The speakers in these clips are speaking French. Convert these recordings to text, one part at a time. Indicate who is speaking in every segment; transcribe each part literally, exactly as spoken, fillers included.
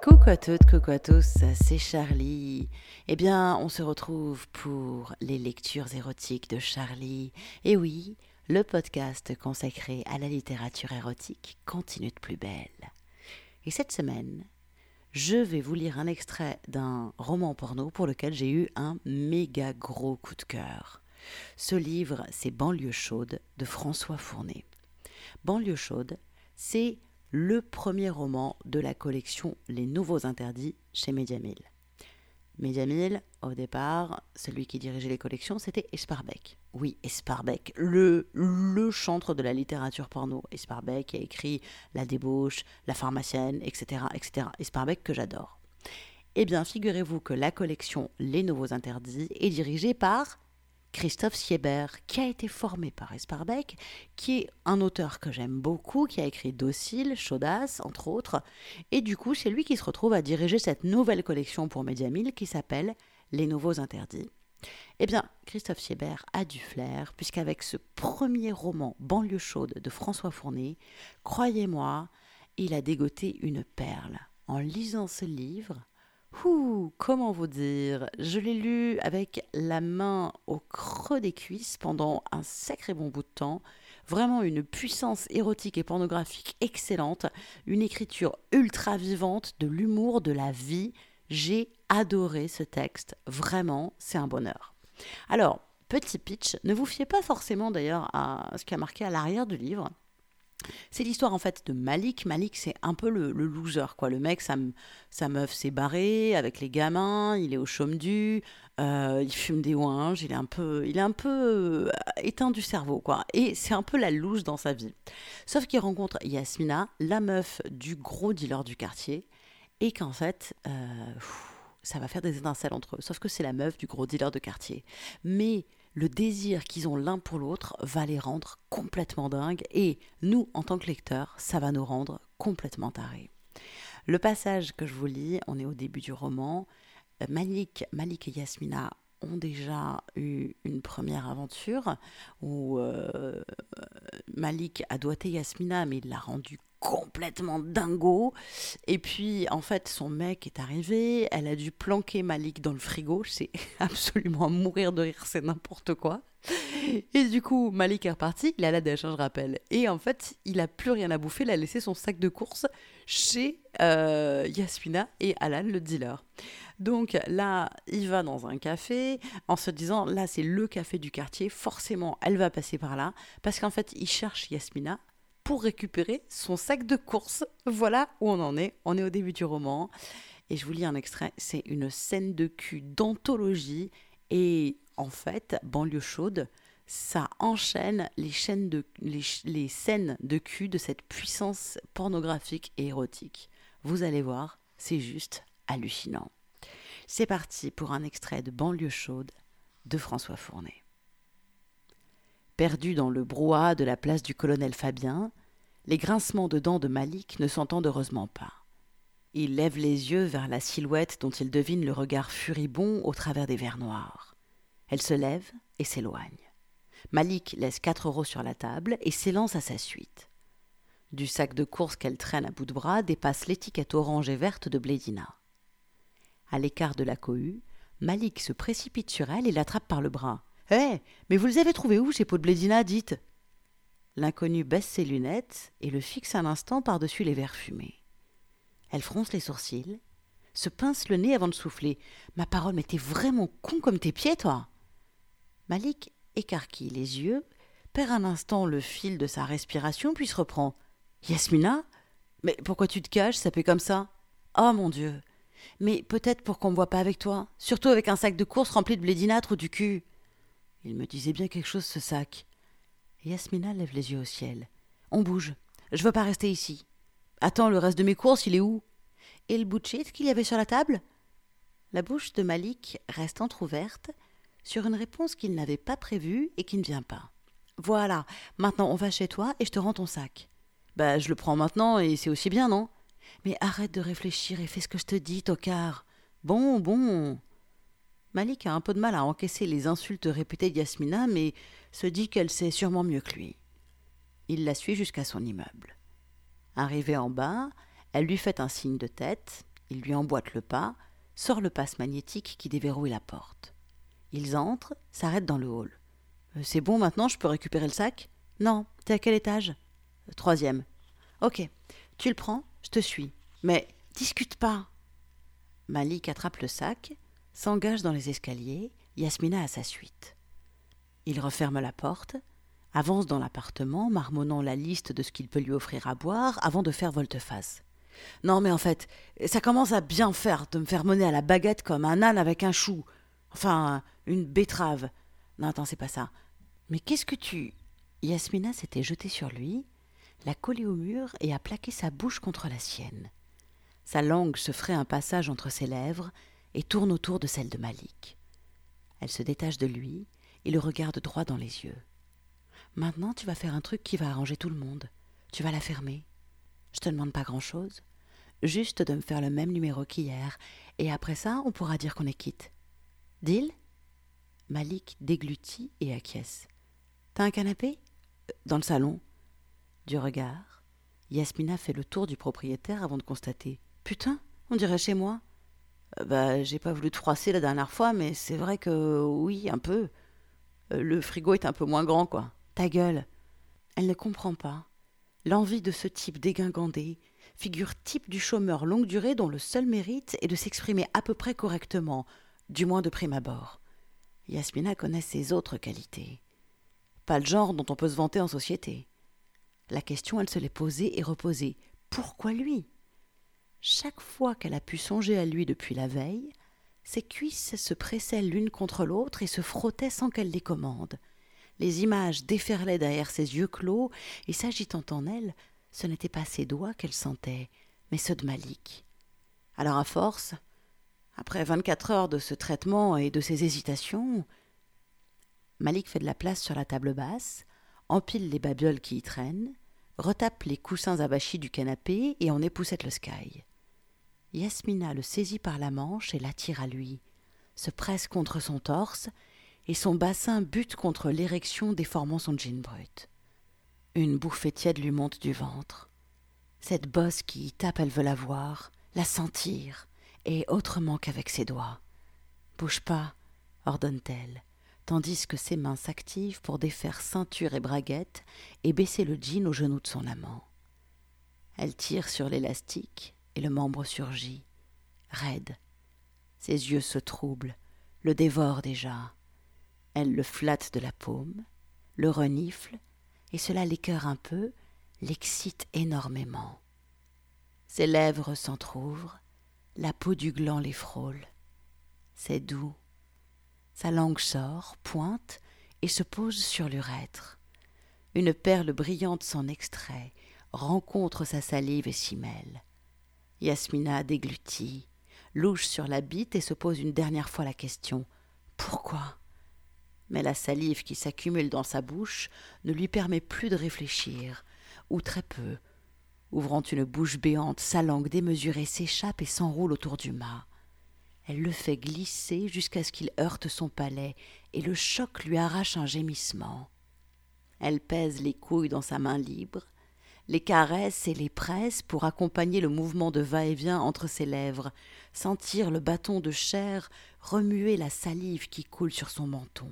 Speaker 1: Coucou à toutes, coucou à tous, c'est Charlie. Eh bien, on se retrouve pour les lectures érotiques de Charlie. Et oui, le podcast consacré à la littérature érotique continue de plus belle. Et cette semaine, je vais vous lire un extrait d'un roman porno pour lequel j'ai eu un méga gros coup de cœur. Ce livre, c'est Banlieue chaude de François Fournet. Banlieue chaude, c'est le premier roman de la collection Les Nouveaux Interdits chez Mediamil. Mediamil, au départ, celui qui dirigeait les collections, c'était Esparbeck. Oui, Esparbeck, le, le chantre de la littérature porno. Esparbeck qui a écrit La débauche, La pharmacienne, et cetera, et cetera. Esparbeck que j'adore. Eh bien, figurez-vous que la collection Les Nouveaux Interdits est dirigée par Christophe Sieber, qui a été formé par Esparbeck, qui est un auteur que j'aime beaucoup, qui a écrit Docile, Chaudasse, entre autres, et du coup, c'est lui qui se retrouve à diriger cette nouvelle collection pour Mediamil qui s'appelle Les Nouveaux Interdits. Eh bien, Christophe Sieber a du flair, puisqu'avec ce premier roman Banlieue chaude de François Fournet, croyez-moi, il a dégoté une perle. En lisant ce livre, Ouh, comment vous dire, je l'ai lu avec la main au creux des cuisses pendant un sacré bon bout de temps. Vraiment une puissance érotique et pornographique excellente, une écriture ultra vivante, de l'humour, de la vie. J'ai adoré ce texte, vraiment, c'est un bonheur. Alors, petit pitch, ne vous fiez pas forcément d'ailleurs à ce qui a marqué à l'arrière du livre. C'est l'histoire en fait de Malik. Malik, c'est un peu le, le loser, quoi. Le mec, sa, sa meuf s'est barrée avec les gamins, il est au chôme-du, euh, il fume des ouinges, il est un peu, il est un peu euh, éteint du cerveau, quoi. Et c'est un peu la loose dans sa vie. Sauf qu'il rencontre Yasmina, la meuf du gros dealer du quartier, et qu'en fait, euh, pff, ça va faire des étincelles entre eux. Sauf que c'est la meuf du gros dealer de quartier. Mais le désir qu'ils ont l'un pour l'autre va les rendre complètement dingues et nous, en tant que lecteurs, ça va nous rendre complètement tarés. Le passage que je vous lis, on est au début du roman. Malik, Malik et Yasmina ont déjà eu une première aventure où euh, Malik a doigté Yasmina, mais il l'a rendue complètement dingo. Et puis, en fait, son mec est arrivé, elle a dû planquer Malik dans le frigo. C'est absolument à mourir de rire, c'est n'importe quoi. Et du coup, Malik est reparti, il est à la dèche, hein, je rappelle. Et en fait, il a plus rien à bouffer, il a laissé son sac de courses chez euh, Yasmina et Alan, le dealer. Donc là, il va dans un café en se disant, là, c'est le café du quartier, forcément, elle va passer par là. Parce qu'en fait, il cherche Yasmina pour récupérer son sac de courses. Voilà où on en est. On est au début du roman. Et je vous lis un extrait. C'est une scène de cul d'anthologie. Et en fait, Banlieue chaude, ça enchaîne les, chaînes de, les, les scènes de cul de cette puissance pornographique et érotique. Vous allez voir, c'est juste hallucinant. C'est parti pour un extrait de Banlieue chaude de François Fournet. Perdu dans le brouhaha de la place du colonel Fabien, les grincements de dents de Malik ne s'entendent heureusement pas. Il lève les yeux vers la silhouette dont il devine le regard furibond au travers des verres noirs. Elle se lève et s'éloigne. Malik laisse quatre euros sur la table et s'élance à sa suite. Du sac de course qu'elle traîne à bout de bras dépasse l'étiquette orange et verte de Blédina. À l'écart de la cohue, Malik se précipite sur elle et l'attrape par le bras. « Hé, hey, mais vous les avez trouvés où, ces pots de Blédina, dites ?» L'inconnu baisse ses lunettes et le fixe un instant par-dessus les verres fumés. Elle fronce les sourcils, se pince le nez avant de souffler. « Ma parole, mais t'es vraiment con comme tes pieds, toi !» Malik écarquille les yeux, perd un instant le fil de sa respiration, puis se reprend. « Yasmina ? Mais pourquoi tu te caches, ça fait comme ça ? Oh mon Dieu ! Mais peut-être pour qu'on me voit pas avec toi, surtout avec un sac de course rempli de blédinâtre ou du cul. » Il me disait bien quelque chose, ce sac. Yasmina lève les yeux au ciel. « On bouge, je veux pas rester ici. Attends, le reste de mes courses, il est où ? Et le bout de shit qu'il y avait sur la table ?» La bouche de Malik reste entr'ouverte sur une réponse qu'il n'avait pas prévue et qui ne vient pas. « Voilà, maintenant on va chez toi et je te rends ton sac. »« Bah, je le prends maintenant et c'est aussi bien, non ? » ?»« Mais arrête de réfléchir et fais ce que je te dis, tocard. Bon, bon. » Malik a un peu de mal à encaisser les insultes répétées de Yasmina, mais se dit qu'elle sait sûrement mieux que lui. Il la suit jusqu'à son immeuble. Arrivée en bas, elle lui fait un signe de tête. Il lui emboîte le pas, sort le passe magnétique qui déverrouille la porte. Ils entrent, s'arrêtent dans le hall. Euh, « C'est bon maintenant, je peux récupérer le sac ?»« Non, t'es à quel étage ?»« euh, Troisième. »« Ok, tu le prends, je te suis. Mais discute pas !» Malik attrape le sac, s'engage dans les escaliers, Yasmina à sa suite. Il referme la porte, avance dans l'appartement, marmonnant la liste de ce qu'il peut lui offrir à boire avant de faire volte-face. « Non mais en fait, ça commence à bien faire de me faire mener à la baguette comme un âne avec un chou. Enfin, une betterave. Non, attends, c'est pas ça. Mais qu'est-ce que tu... » Yasmina s'était jetée sur lui, l'a collé au mur et a plaqué sa bouche contre la sienne. Sa langue se ferait un passage entre ses lèvres et tourne autour de celle de Malik. Elle se détache de lui et le regarde droit dans les yeux. « Maintenant, tu vas faire un truc qui va arranger tout le monde. Tu vas la fermer. Je te demande pas grand-chose. Juste de me faire le même numéro qu'hier. Et après ça, on pourra dire qu'on est quitte. Deal ?» Malik déglutit et acquiesce. « T'as un canapé ?»« Dans le salon. » Du regard, Yasmina fait le tour du propriétaire avant de constater. « Putain, on dirait chez moi. »« Bah, j'ai pas voulu te froisser la dernière fois, mais c'est vrai que oui, un peu. Le frigo est un peu moins grand, quoi. Ta gueule !» Elle ne comprend pas. L'envie de ce type dégingandé, figure type du chômeur longue durée dont le seul mérite est de s'exprimer à peu près correctement, du moins de prime abord. Yasmina connaît ses autres qualités. Pas le genre dont on peut se vanter en société. La question, elle se l'est posée et reposée. Pourquoi lui ? Chaque fois qu'elle a pu songer à lui depuis la veille, ses cuisses se pressaient l'une contre l'autre et se frottaient sans qu'elle les commande. Les images déferlaient derrière ses yeux clos et s'agitant en elle, ce n'étaient pas ses doigts qu'elle sentait, mais ceux de Malik. Alors à force, après vingt-quatre heures de ce traitement et de ces hésitations, Malik fait de la place sur la table basse, empile les babioles qui y traînent, retape les coussins abachis du canapé et en époussette le sky. Yasmina le saisit par la manche et l'attire à lui, se presse contre son torse et son bassin bute contre l'érection déformant son jean brut. Une bouffée tiède lui monte du ventre. Cette bosse qui y tape, elle veut la voir, la sentir, et autrement qu'avec ses doigts. « Bouge pas !» ordonne-t-elle, tandis que ses mains s'activent pour défaire ceinture et braguette et baisser le jean au genou de son amant. Elle tire sur l'élastique et le membre surgit, raide. Ses yeux se troublent, le dévorent déjà. Elle le flatte de la paume, le renifle, et cela l'écœure un peu, l'excite énormément. Ses lèvres s'entr'ouvrent, la peau du gland les frôle. C'est doux. Sa langue sort, pointe, et se pose sur l'urètre. Une perle brillante s'en extrait, rencontre sa salive et s'y mêle. Yasmina déglutit, louche sur la bite et se pose une dernière fois la question « Pourquoi ?» Mais la salive qui s'accumule dans sa bouche ne lui permet plus de réfléchir, ou très peu. Ouvrant une bouche béante, sa langue démesurée s'échappe et s'enroule autour du mât. Elle le fait glisser jusqu'à ce qu'il heurte son palais, et le choc lui arrache un gémissement. Elle pèse les couilles dans sa main libre, les caresse et les presse pour accompagner le mouvement de va-et-vient entre ses lèvres, sentir le bâton de chair remuer la salive qui coule sur son menton.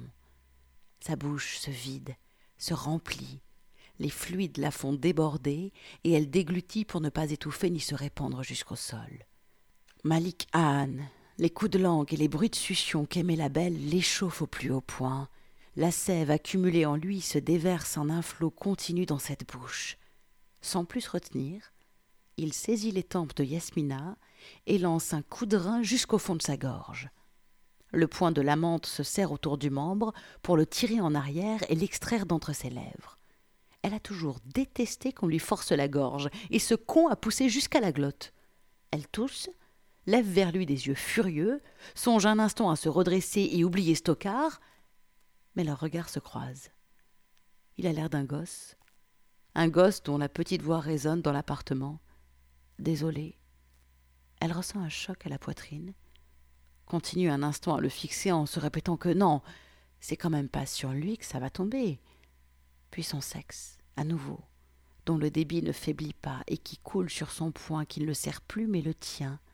Speaker 1: Sa bouche se vide, se remplit, les fluides la font déborder et elle déglutit pour ne pas étouffer ni se répandre jusqu'au sol. Malik âne, les coups de langue et les bruits de succion qu'aimait la belle l'échauffent au plus haut point. La sève accumulée en lui se déverse en un flot continu dans cette bouche. Sans plus retenir, il saisit les tempes de Yasmina et lance un coup de rein jusqu'au fond de sa gorge. Le poing de l'amante se serre autour du membre pour le tirer en arrière et l'extraire d'entre ses lèvres. Elle a toujours détesté qu'on lui force la gorge, et ce con a poussé jusqu'à la glotte. Elle tousse, lève vers lui des yeux furieux, songe un instant à se redresser et oublier Stockard, mais leurs regards se croisent. Il a l'air d'un gosse, un gosse dont la petite voix résonne dans l'appartement. Désolée. Elle ressent un choc à la poitrine, continue un instant à le fixer en se répétant que non, c'est quand même pas sur lui que ça va tomber. Puis son sexe, à nouveau, dont le débit ne faiblit pas et qui coule sur son poing qui ne le serre plus mais le tient,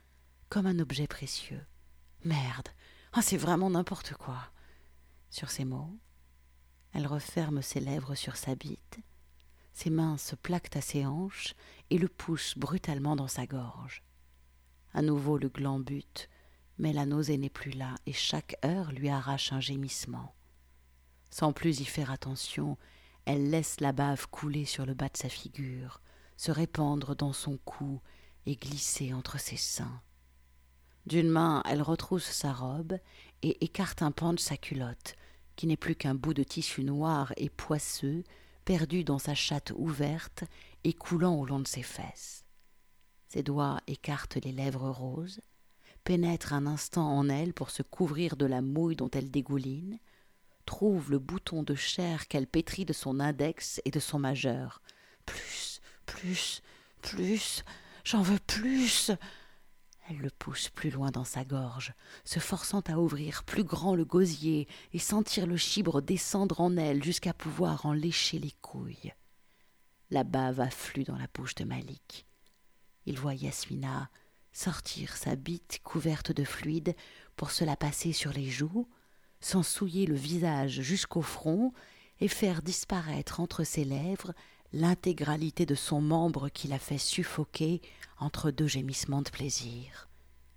Speaker 1: comme un objet précieux. Merde, ah, c'est vraiment n'importe quoi. Sur ces mots, elle referme ses lèvres sur sa bite, ses mains se plaquent à ses hanches et le poussent brutalement dans sa gorge. À nouveau le gland bute, mais la nausée n'est plus là et chaque heure lui arrache un gémissement. Sans plus y faire attention, elle laisse la bave couler sur le bas de sa figure, se répandre dans son cou et glisser entre ses seins. D'une main, elle retrousse sa robe et écarte un pan de sa culotte, qui n'est plus qu'un bout de tissu noir et poisseux, perdu dans sa chatte ouverte et coulant au long de ses fesses. Ses doigts écartent les lèvres roses, pénètrent un instant en elle pour se couvrir de la mouille dont elle dégouline, trouvent le bouton de chair qu'elle pétrit de son index et de son majeur. Plus, plus, plus, j'en veux plus. Elle le pousse plus loin dans sa gorge, se forçant à ouvrir plus grand le gosier et sentir le chibre descendre en elle jusqu'à pouvoir en lécher les couilles. La bave afflue dans la bouche de Malik. Il voit Yasmina sortir sa bite couverte de fluide pour se la passer sur les joues, s'en souiller le visage jusqu'au front et faire disparaître entre ses lèvres l'intégralité de son membre qui la fait suffoquer entre deux gémissements de plaisir.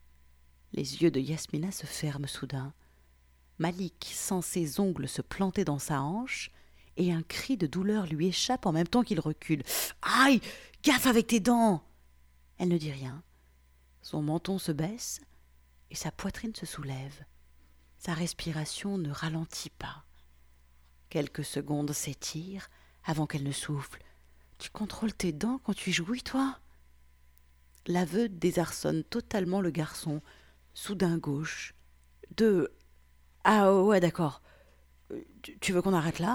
Speaker 1: Les yeux de Yasmina se ferment soudain. Malik sent ses ongles se planter dans sa hanche et un cri de douleur lui échappe en même temps qu'il recule. « Aïe! Gaffe avec tes dents !» Elle ne dit rien. Son menton se baisse et sa poitrine se soulève. Sa respiration ne ralentit pas. Quelques secondes s'étirent avant qu'elle ne souffle. « Tu contrôles tes dents quand tu jouis, toi ?» L'aveu désarçonne totalement le garçon. Soudain gauche. Deux. Ah ouais, d'accord. Tu, tu veux qu'on arrête là ?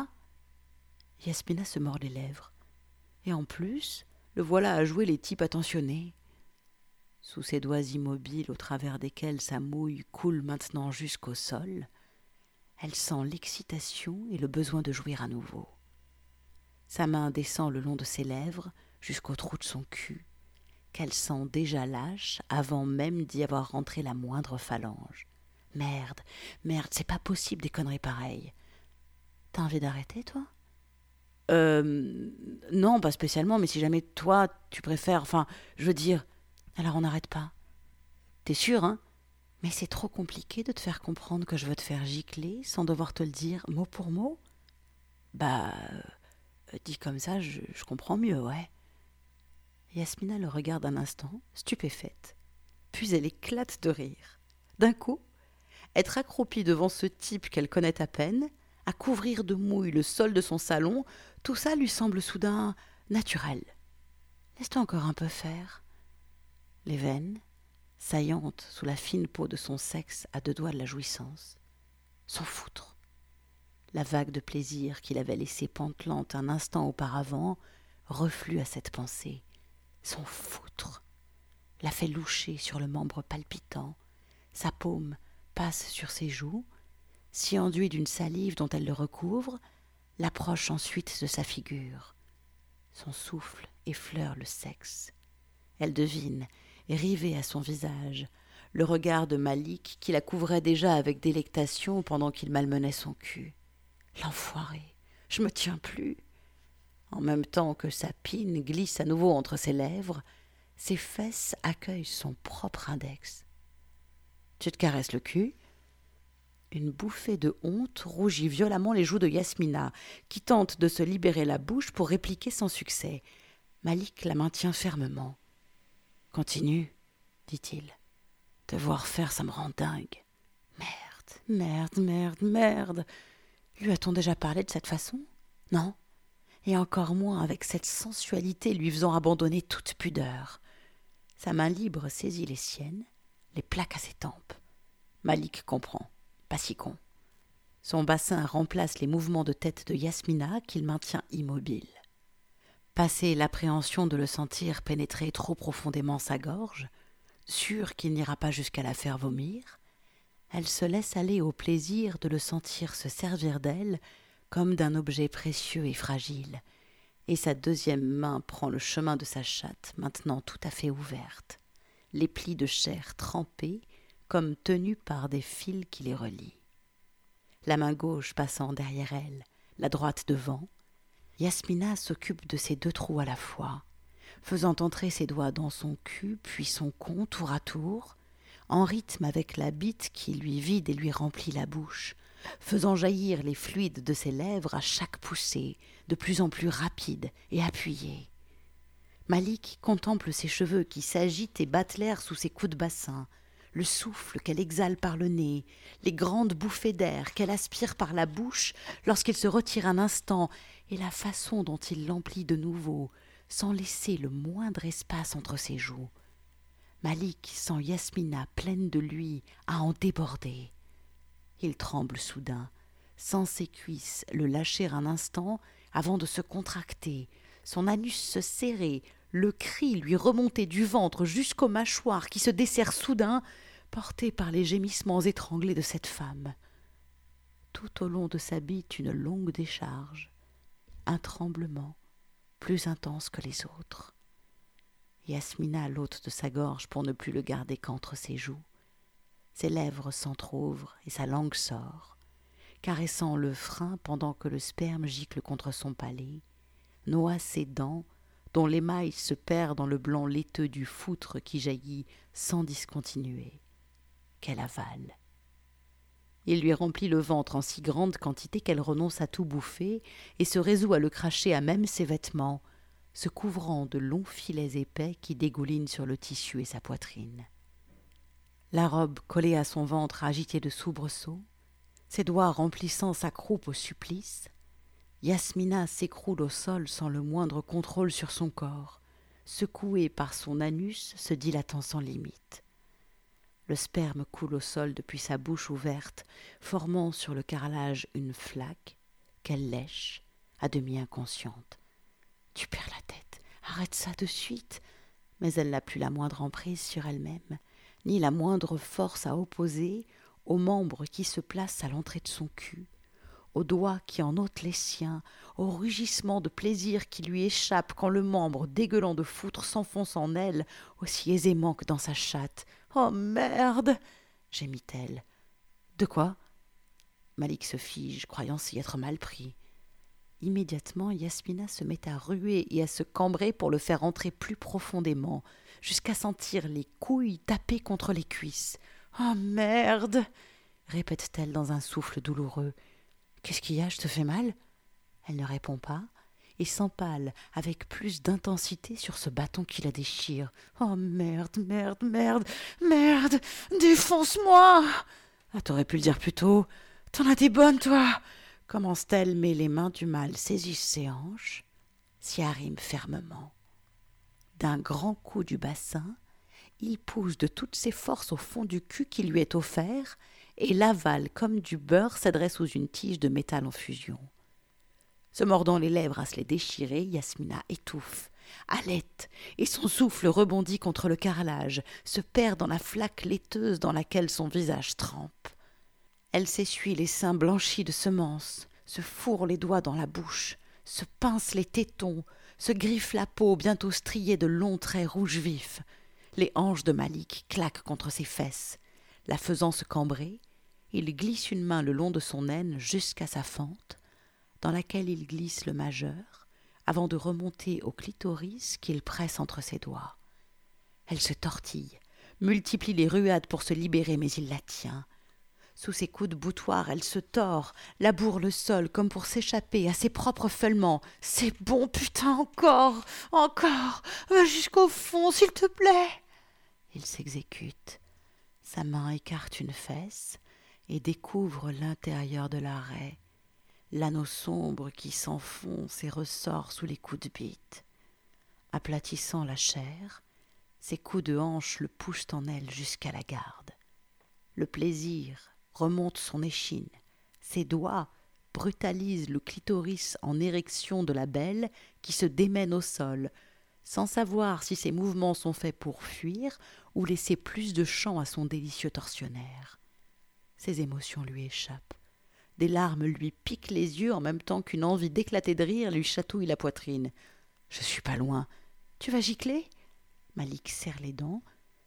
Speaker 1: Yasmina se mord les lèvres. Et en plus, le voilà à jouer les types attentionnés. Sous ses doigts immobiles au travers desquels sa mouille coule maintenant jusqu'au sol, elle sent l'excitation et le besoin de jouir à nouveau. Sa main descend le long de ses lèvres jusqu'au trou de son cul, qu'elle sent déjà lâche avant même d'y avoir rentré la moindre phalange. Merde, merde, c'est pas possible des conneries pareilles. T'as envie d'arrêter, toi ? Euh. Non, pas spécialement, mais si jamais toi, tu préfères. Enfin, je veux dire. Alors on n'arrête pas. T'es sûr, hein ? Mais c'est trop compliqué de te faire comprendre que je veux te faire gicler sans devoir te le dire mot pour mot ? Bah. Euh, dit comme ça, je, je comprends mieux, ouais. Yasmina le regarde un instant, stupéfaite. Puis elle éclate de rire. D'un coup, être accroupie devant ce type qu'elle connaît à peine, à couvrir de mouille le sol de son salon, tout ça lui semble soudain naturel. Laisse-toi encore un peu faire. Les veines, saillantes sous la fine peau de son sexe à deux doigts de la jouissance. S'en foutre. La vague de plaisir qu'il avait laissée pantelante un instant auparavant reflue à cette pensée. S'en foutre. La fait loucher sur le membre palpitant. Sa paume passe sur ses joues, s'y enduit d'une salive dont elle le recouvre, l'approche ensuite de sa figure. Son souffle effleure le sexe. Elle devine, rivée à son visage, le regard de Malik qui la couvrait déjà avec délectation pendant qu'il malmenait son cul. L'enfoiré, je me tiens plus. En même temps que sa pine glisse à nouveau entre ses lèvres, ses fesses accueillent son propre index. Tu te caresses le cul ? Une bouffée de honte rougit violemment les joues de Yasmina, qui tente de se libérer la bouche pour répliquer sans succès. Malik la maintient fermement. « Continue, dit-il. Te voir faire, ça me rend dingue. Merde, merde, merde, merde. Lui a-t-on déjà parlé de cette façon ? Non ? Et encore moins avec cette sensualité lui faisant abandonner toute pudeur. Sa main libre saisit les siennes, les plaque à ses tempes. Malik comprend. Pas si con. Son bassin remplace les mouvements de tête de Yasmina qu'il maintient immobile. Passé l'appréhension de le sentir pénétrer trop profondément sa gorge, sûre qu'il n'ira pas jusqu'à la faire vomir, elle se laisse aller au plaisir de le sentir se servir d'elle comme d'un objet précieux et fragile, et sa deuxième main prend le chemin de sa chatte, maintenant tout à fait ouverte. les plis de chair trempés, comme tenus par des fils qui les relient. La main gauche passant derrière elle, la droite devant, Yasmina s'occupe de ces deux trous à la fois, faisant entrer ses doigts dans son cul puis son con tour à tour, en rythme avec la bite qui lui vide et lui remplit la bouche, faisant jaillir les fluides de ses lèvres à chaque poussée, de plus en plus rapide et appuyée. Malik contemple ses cheveux qui s'agitent et battent l'air sous ses coups de bassin, le souffle qu'elle exhale par le nez, les grandes bouffées d'air qu'elle aspire par la bouche lorsqu'il se retire un instant, et la façon dont il l'emplit de nouveau, sans laisser le moindre espace entre ses joues. Malik sent Yasmina pleine de lui à en déborder. Il tremble soudain, sent ses cuisses le lâcher un instant avant de se contracter, son anus se serrer, le cri lui remonter du ventre jusqu'aux mâchoires qui se desserrent soudain, porté par les gémissements étranglés de cette femme. Tout au long de sa bite une longue décharge, un tremblement plus intense que les autres. Yasmina l'ôte de sa gorge pour ne plus le garder qu'entre ses joues. Ses lèvres s'entr'ouvrent et sa langue sort, caressant le frein pendant que le sperme gicle contre son palais, noie ses dents, dont l'émail se perd dans le blanc laiteux du foutre qui jaillit sans discontinuer, qu'elle avale. Il lui remplit le ventre en si grande quantité qu'elle renonce à tout bouffer et se résout à le cracher à même ses vêtements, se couvrant de longs filets épais qui dégoulinent sur le tissu et sa poitrine. La robe collée à son ventre agitée de soubresauts, ses doigts remplissant sa croupe au supplice, Yasmina s'écroule au sol sans le moindre contrôle sur son corps, secouée par son anus se dilatant sans limite. Le sperme coule au sol depuis sa bouche ouverte, formant sur le carrelage une flaque qu'elle lèche, à demi inconsciente. « Tu perds la tête, arrête ça de suite !» Mais elle n'a plus la moindre emprise sur elle-même, ni la moindre force à opposer aux membres qui se placent à l'entrée de son cul, aux doigts qui en ôtent les siens, au rugissement de plaisir qui lui échappe quand le membre dégueulant de foutre s'enfonce en elle aussi aisément que dans sa chatte. « Oh merde !» gémit-elle. « De quoi ?» Malik se fige, croyant s'y être mal pris. Immédiatement, Yasmina se met à ruer et à se cambrer pour le faire entrer plus profondément, jusqu'à sentir les couilles taper contre les cuisses. « Oh merde !» répète-t-elle dans un souffle douloureux. « Qu'est-ce qu'il y a, je te fais mal ?» Elle ne répond pas et s'empale avec plus d'intensité sur ce bâton qui la déchire. « Oh merde, merde, merde, merde, défonce-moi !»« Ah, t'aurais pu le dire plus tôt. T'en as des bonnes, toi !» commence-t-elle, mais les mains du mâle saisissent ses hanches, s'y arriment fermement. D'un grand coup du bassin, il pousse de toutes ses forces au fond du cul qui lui est offert et l'avale comme du beurre s'adresse sous une tige de métal en fusion. Se mordant les lèvres à se les déchirer, Yasmina étouffe, halète, et son souffle rebondit contre le carrelage, se perd dans la flaque laiteuse dans laquelle son visage trempe. Elle s'essuie les seins blanchis de semences, se fourre les doigts dans la bouche, se pince les tétons, se griffe la peau bientôt striée de longs traits rouges vifs. Les hanches de Malik claquent contre ses fesses. La faisant se cambrer, il glisse une main le long de son aine jusqu'à sa fente, dans laquelle il glisse le majeur, avant de remonter au clitoris qu'il presse entre ses doigts. Elle se tortille, multiplie les ruades pour se libérer, mais il la tient. Sous ses coups de boutoir, elle se tord, laboure le sol comme pour s'échapper à ses propres feulements. « C'est bon, putain, encore, encore, va jusqu'au fond, s'il te plaît !» Il s'exécute. Sa main écarte une fesse et découvre l'intérieur de l'arrêt, l'anneau sombre qui s'enfonce et ressort sous les coups de bite. Aplatissant la chair, ses coups de hanche le poussent en elle jusqu'à la garde. Le plaisir remonte son échine. Ses doigts brutalisent le clitoris en érection de la belle qui se démène au sol, sans savoir si ses mouvements sont faits pour fuir ou laisser plus de champ à son délicieux tortionnaire. Ses émotions lui échappent. Des larmes lui piquent les yeux en même temps qu'une envie d'éclater de rire lui chatouille la poitrine. « Je suis pas loin. Tu vas gicler ?» Malik serre les dents,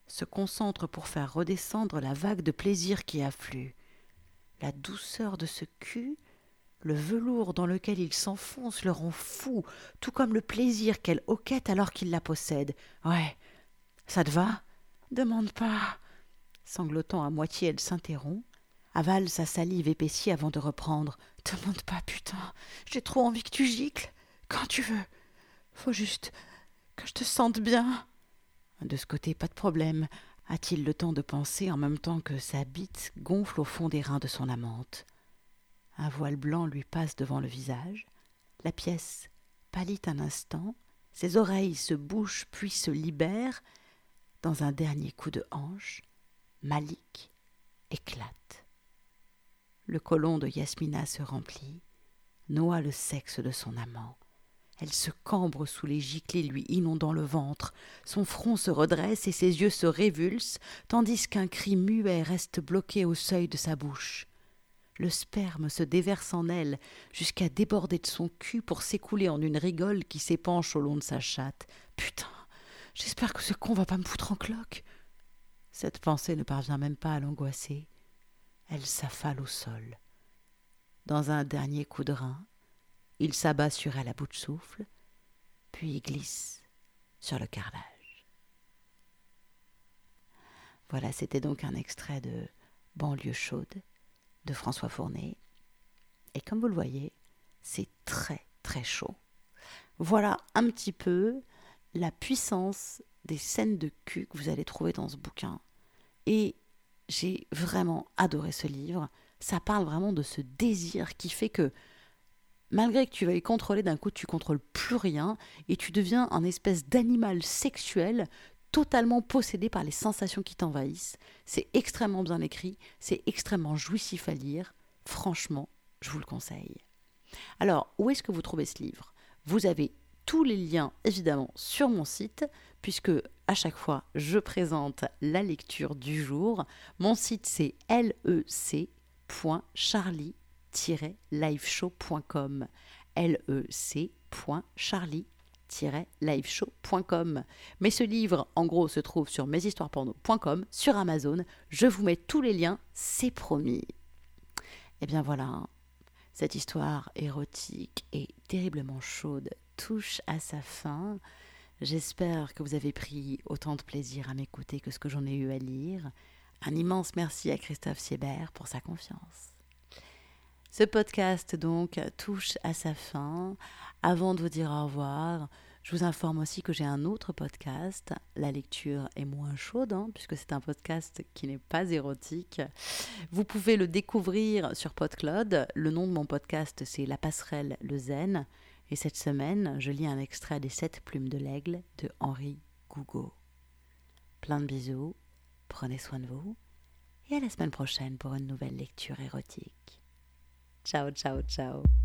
Speaker 1: se concentre pour faire redescendre la vague de plaisir qui afflue. La douceur de ce cul, le velours dans lequel il s'enfonce le rend fou, tout comme le plaisir qu'elle hoquette alors qu'il la possède. « Ouais, ça te va ? Demande pas !» Sanglotant à moitié, elle s'interrompt, avale sa salive épaissie avant de reprendre. « Demande pas, putain, j'ai trop envie que tu gicles. Quand tu veux. Faut juste que je te sente bien. » De ce côté, pas de problème, a-t-il le temps de penser en même temps que sa bite gonfle au fond des reins de son amante. Un voile blanc lui passe devant le visage. La pièce pâlit un instant, ses oreilles se bouchent puis se libèrent. Dans un dernier coup de hanche, Malik éclate. Le côlon de Yasmina se remplit, noie le sexe de son amant. Elle se cambre sous les giclées lui inondant le ventre. Son front se redresse et ses yeux se révulsent, tandis qu'un cri muet reste bloqué au seuil de sa bouche. Le sperme se déverse en elle jusqu'à déborder de son cul pour s'écouler en une rigole qui s'épanche au long de sa chatte. « Putain, j'espère que ce con va pas me foutre en cloque. » Cette pensée ne parvient même pas à l'angoisser. Elle s'affale au sol. Dans un dernier coup de rein, il s'abat sur elle à bout de souffle, puis glisse sur le carrelage. Voilà, c'était donc un extrait de Banlieue chaude de François Fournet. Et comme vous le voyez, c'est très très chaud. Voilà un petit peu la puissance des scènes de cul que vous allez trouver dans ce bouquin. Et j'ai vraiment adoré ce livre. Ça parle vraiment de ce désir qui fait que malgré que tu veuilles contrôler, d'un coup, tu contrôles plus rien et tu deviens un espèce d'animal sexuel totalement possédé par les sensations qui t'envahissent. C'est extrêmement bien écrit, c'est extrêmement jouissif à lire. Franchement, je vous le conseille. Alors, où est-ce que vous trouvez ce livre ? Vous avez tous les liens, évidemment, sur mon site, puisque à chaque fois, je présente la lecture du jour. Mon site, c'est lec point charlie tiret liveshow point com lec point charlie tiret liveshow point com. Mais ce livre, en gros, se trouve sur meshistoiresporno point com, sur Amazon. Je vous mets tous les liens, c'est promis. Et bien voilà, cette histoire érotique et terriblement chaude touche à sa fin. J'espère que vous avez pris autant de plaisir à m'écouter que ce que j'en ai eu à lire. Un immense merci à Christophe Siebert pour sa confiance. Ce podcast, donc, touche à sa fin. Avant de vous dire au revoir, je vous informe aussi que j'ai un autre podcast. La lecture est moins chaude, hein, puisque c'est un podcast qui n'est pas érotique. Vous pouvez le découvrir sur PodCloud. Le nom de mon podcast, c'est La Passerelle, le Zen. Et cette semaine, je lis un extrait des Sept plumes de l'aigle de Henri Gougaud. Plein de bisous, prenez soin de vous, et à la semaine prochaine pour une nouvelle lecture érotique. Ciao, ciao, ciao.